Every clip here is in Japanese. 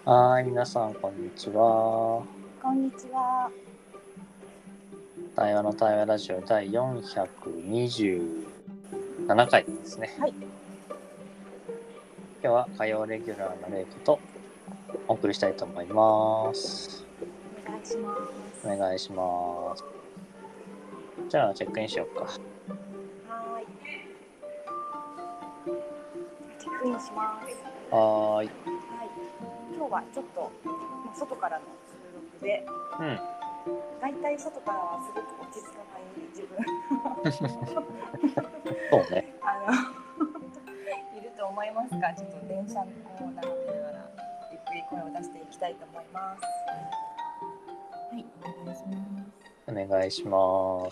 はい、皆さん、こんにちは。 こんにちは。 対話の対話ラジオ第427回ですね。 はい。 今日は火曜レギュラーのレイコとお送りしたいと思います。 お願いします。 お願いします。じゃあ、チェックインしようか。 はーい。チェックインします。 はーい。 はい。今日はちょっと、外からの収録で、 うん。 だいたい外からはすごく落ち着かない自分そうね。 いると思いますが、ちょっと電車を眺めながらゆっくり声を出していきたいと思います。はい、お願いします。 お願いします。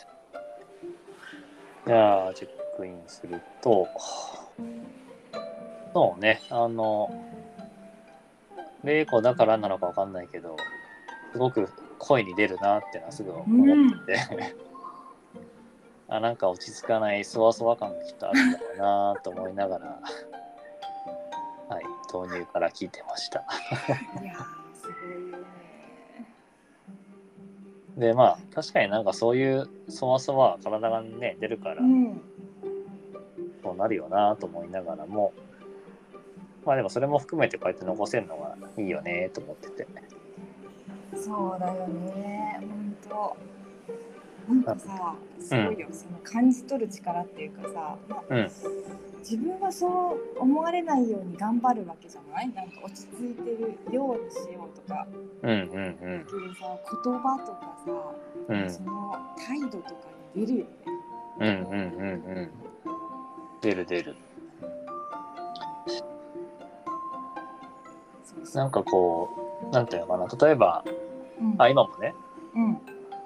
じゃあ、チェックインすると、そうね、レイコだからなのかわかんないけど、すごく声に出るなっていうのはすぐ思ってて、なんか落ち着かないそわそわ感がきっとあるんだろうなと思いながら、はい、導入から聞いてました。 いやー、すごいよね。 で、まあ、確かになんかそういうそわそわ体がね、出るから、そうなるよなと思いながらも、まあでもそれも含めてこうやって残せるのがいいよねと思ってて。 そうだよね、本当。なんかさ、すごいよ、その感じ取る力っていうかさ、 うん。 自分はそう思われないように頑張るわけじゃない？なんか落ち着いてるようにしようとか。 うんうんだけどさ、言葉とかさ、 うん。うん。 その態度とかに出るよね。 うんうんうんうん。出る出る。 そうそう。 なんかこう、なんていうのかな、例えば、今もね、 うん。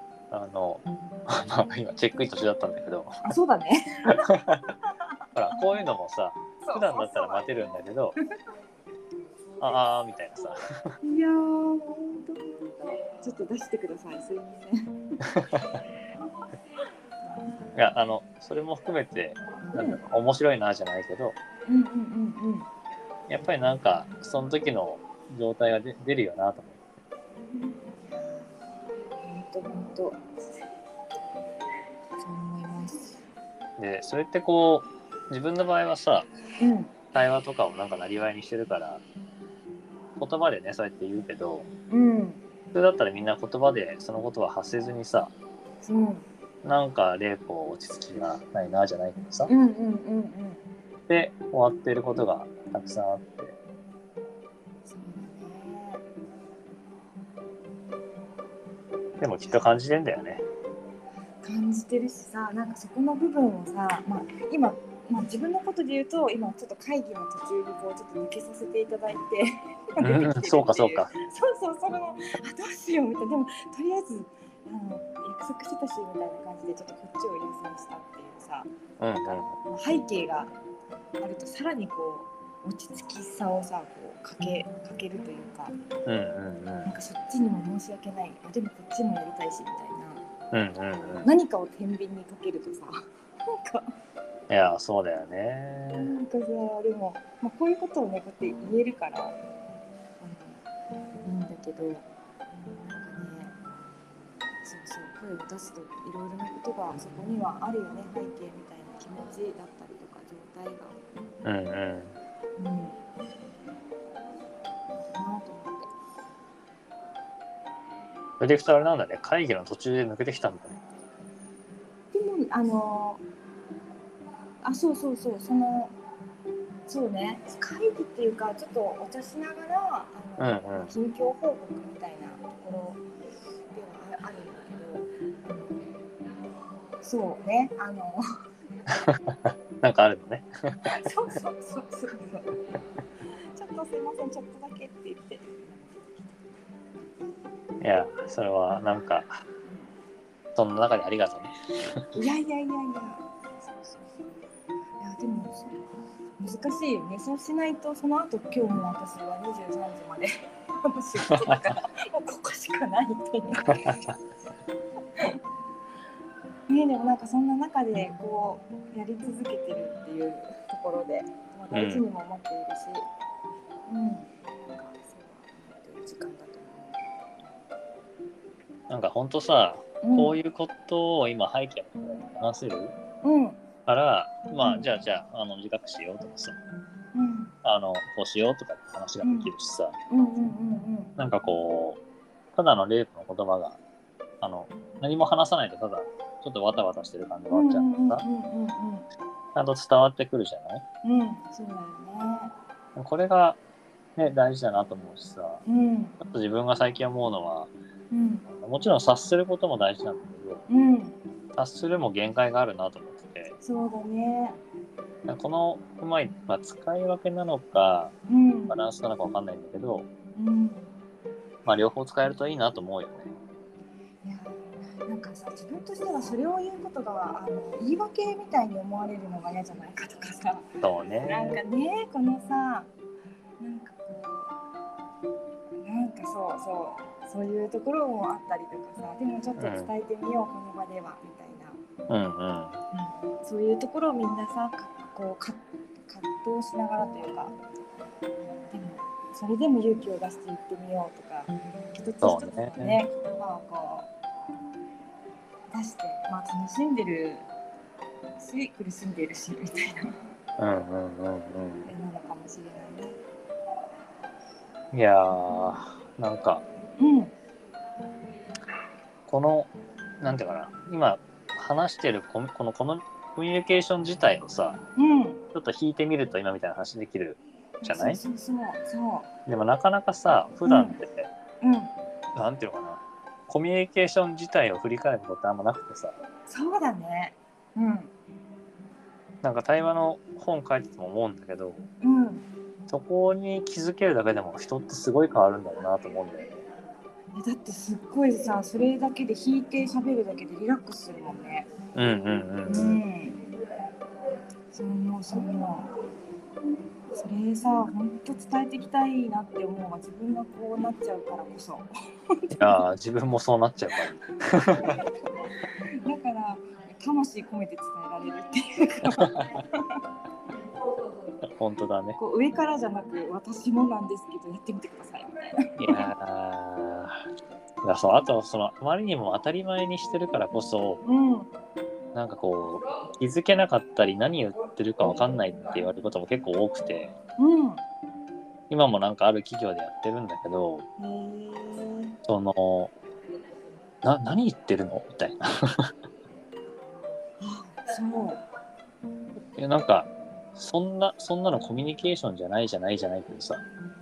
まあ今チェックイン途中だったんだけど、 あ、そうだね。 ほら、こういうのもさ、 そう普段だったそうら待てるんだけど、ああみたいなさ。 いやー、本当ちょっと出してください。すいません。 いや、それも含めて、なんだろう、面白いなじゃないけど、 うんうんうんうん。 やっぱりなんか、その時の状態が出るよなと思本当本当。そう思います。 う。で、それってこう、自分の場合はさ、 うん。 対話とかをなんかなりわいにしてるから、言葉でね、そうやって言うけど、 うん。 普通だったらみんな言葉でそのことは発せずにさ、 うん。 なんか玲子落ち着きがないなじゃないけどさ、 うんうんうんで終わってることがたくさんあって、 そうだね。 でもきっと感じてんだよね。 感じてるしさ、なんかそこの部分をさ、今、自分のことで言うと、今ちょっと会議の途中にこうちょっと抜けさせていただいて今出てきてるっていう。 そうかそうか。 そうそれの、どうしようみたいな。でもとりあえず約束してたしみたいな感じでちょっとこっちを優先したっていうさ、 うんなんか背景があるとさらにこう落ち着きさをさこうかけるというか、 うんうんなんかそっちにも申し訳ない、でもこっちもやりたいしみたいな。何かを天秤にかけるとさ、なんかいやそうだよね。 なんかさ、でも、こういうことをねこうやって言えるからいいんだけど、なんかね、そう声を出すといろいろなことがそこにはあるよね。背景みたいな気持ちだったりとか状態が、 うんうん。 だなと思って。 それで2人なんだね、会議の途中で抜けてきたんだね。 でもそうね、会議っていうかちょっとお茶しながら近況報告みたいなところではあるんだけど、そうね、 なんかあるのね。 そうちょっとすいません、ちょっとだけって言って。 いやそれはなんかその中でありがとうね。 いや、そういやでも難しいよね。そうしないとその後今日も私は23時まで仕事だからもうここしかないっていうね。でもなんかそんな中でこうやり続けてるっていうところで、大事にも思っているし、なんかそうなんかほんとさ、こういうことを今背景の話せるから、まあじゃあ自覚しようとかさ、こうしようとかって話ができるしさ、なんかこうただのレイプの言葉が何も話さないとただちょっとわたわたしてる感じがあっちゃうからさ、ちゃんと伝わってくるじゃない。 そうだよね。 これがね大事だなと思うしさ、ちょっと自分が最近思うのは、もちろん察することも大事なんだけど、察するも限界があるなと思ってて。 そうだね。 このうまい、使い分けなのか、バランスなのかわかんないんだけど、両方使えるといいなと思うよね。 いやなんかさ、自分としてはそれを言うことが言い訳みたいに思われるのが嫌じゃないかとかさ。 そうね。 なんかね、このさ、なんかそういうところもあったりとかさ、でもちょっと伝えてみよう、この場ではみたいな、そういうところをみんなさ、こう葛藤しながらというか、でもそれでも勇気を出して言ってみようとか、一つ一つね、言葉をこう出して、楽しんでるし苦しんでるしみたいな、なのかもしれないね。 いやー、なんか、このなんていうかな、今話してるこのコミュニケーション自体をさ、ちょっと引いてみると今みたいな話できるじゃない？そうでもなかなかさ、普段って、なんていうのかな、コミュニケーション自体を振り返ることってあんまなくてさ。 そうだね。 なんか対話の本書いてても思うんだけど、そこに気づけるだけでも人ってすごい変わるんだろうなと思うんだよね。 だってすっごいさ、それだけで弾いて喋るだけでリラックスするもんね。そう思う。それさ、本当伝えていきたいなって思うわ。自分がこうなっちゃうからこそ。 自分もそうなっちゃうから。だから魂込めて伝えられるっていうか。 本当だね。 こう上からじゃなく、私もなんですけどやってみてくださいみたいな。 あとあまりにも当たり前にしてるからこそ、なんかこう気づけなかったり何言ってるか分かんないって言われることも結構多くて、今もなんかある企業でやってるんだけど、何言ってるのみたいな。なんかそんなのコミュニケーションじゃないけどさ、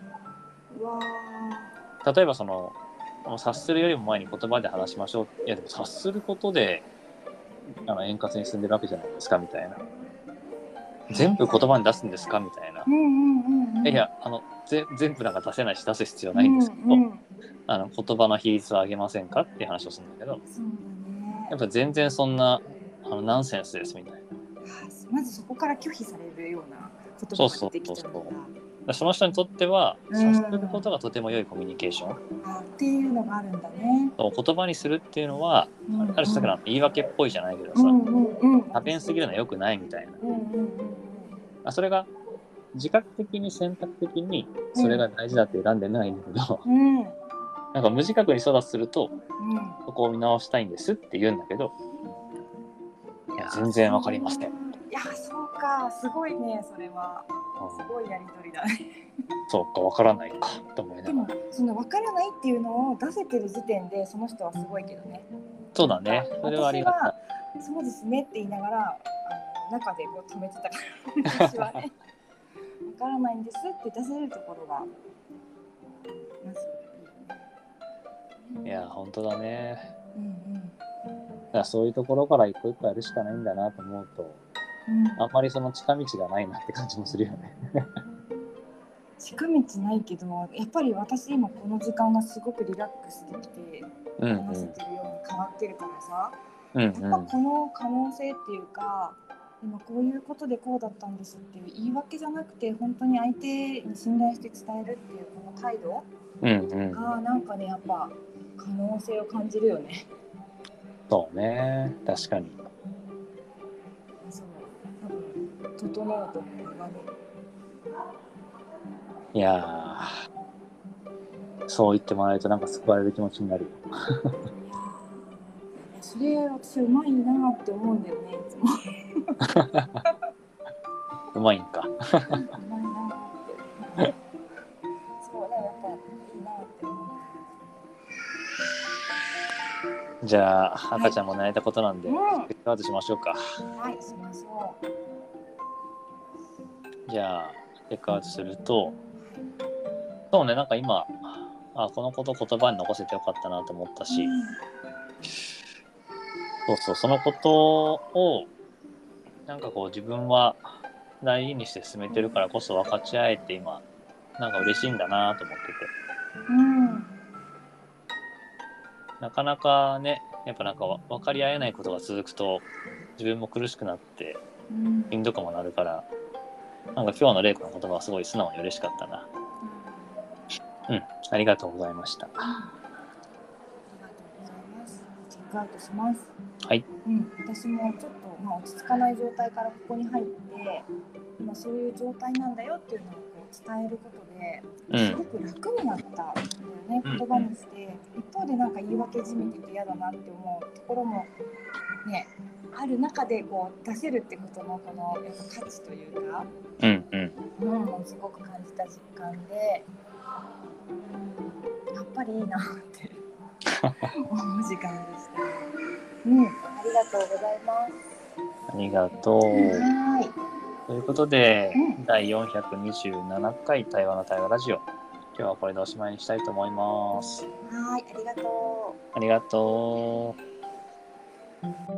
例えば察するよりも前に言葉で話しましょう。いやでも察することで円滑に進んでるわけじゃないですかみたいな。全部言葉に出すんですかみたいな。いや全部なんか出せないし出す必要ないんですけど、言葉の比率を上げませんかっていう話をするんだけど、やっぱ全然そんなナンセンスですみたいな。 まずそこから拒否されるような言葉が出てきちゃうんだ。 その人にとっては察することがとても良いコミュニケーションっていうのがあるんだね。 言葉にするっていうのは、ある種だから言い訳っぽいじゃないけどさ、多弁すぎるのは良くないみたいな。それが自覚的に選択的にそれが大事だって選んでないんだけど、なんか無自覚に育つすると、そこを見直したいんですって言うんだけど、いや全然わかりません。 いやそうか、すごいね、それはすごいやりとりだね。 そうか、わからないかと思いながら。 でもそのわからないっていうのを出せてる時点でその人はすごいけどね。 そうだね。それはありがたい。 私はそうですねって言いながら中でこう止めてたから私はね。わからないんですって出せるところがまずいいね。 いや本当だね。だからそういうところから一個一個やるしかないんだなと思うと、あんまりその近道がないなって感じもするよね。 近道ないけど、やっぱり私今この時間がすごくリラックスできて話せてるように変わってるからさ、やっぱこの可能性っていうか、今こういうことでこうだったんですっていう言い訳じゃなくて、本当に相手に信頼して伝えるっていうこの態度がなんかね、やっぱ可能性を感じるよね。 そうね、確かに。 そう、多分整うと思うわね。 いやそう言ってもらえるとなんか救われる気持ちになるよ。 いやそれ私うまいなって思うんだよね、いつも。 うまいんか。 うまいなって。そう、でもやっぱいいなって思う。 じゃあ赤ちゃんも泣いたことなんで、 うん、 テイクアウトしましょうか。 はい、しましょう。 じゃあテイクアウトすると、そうね、なんか今このこと言葉に残せてよかったなと思ったし、そうそう、そのことをなんかこう自分は大事にして進めてるからこそ分かち合えて今なんか嬉しいんだなと思ってて、 うん、 なかなかね、やっぱなんか分かり合えないことが続くと自分も苦しくなってしんどくもなるから、なんか今日の玲子の言葉はすごい素直に嬉しかったな。うん、ありがとうございました。 ありがとうございます。チェックアウトします。 はい。 私もちょっと、落ち着かない状態からここに入って、今そういう状態なんだよっていうのをこう伝えることですごく楽になったんだよね、言葉にして。一方でなんか言い訳じみてて嫌だなって思うところもね、ある中でこう出せるってことのこのやっぱ価値というか、すごく感じた実感で、やっぱりいいなって思う時間でした。ありがとうございます。 ありがとう。 はい。 ということで、第427回対話の対話ラジオ。今日はこれでおしまいにしたいと思います。 はい、ありがとう。 ありがとう。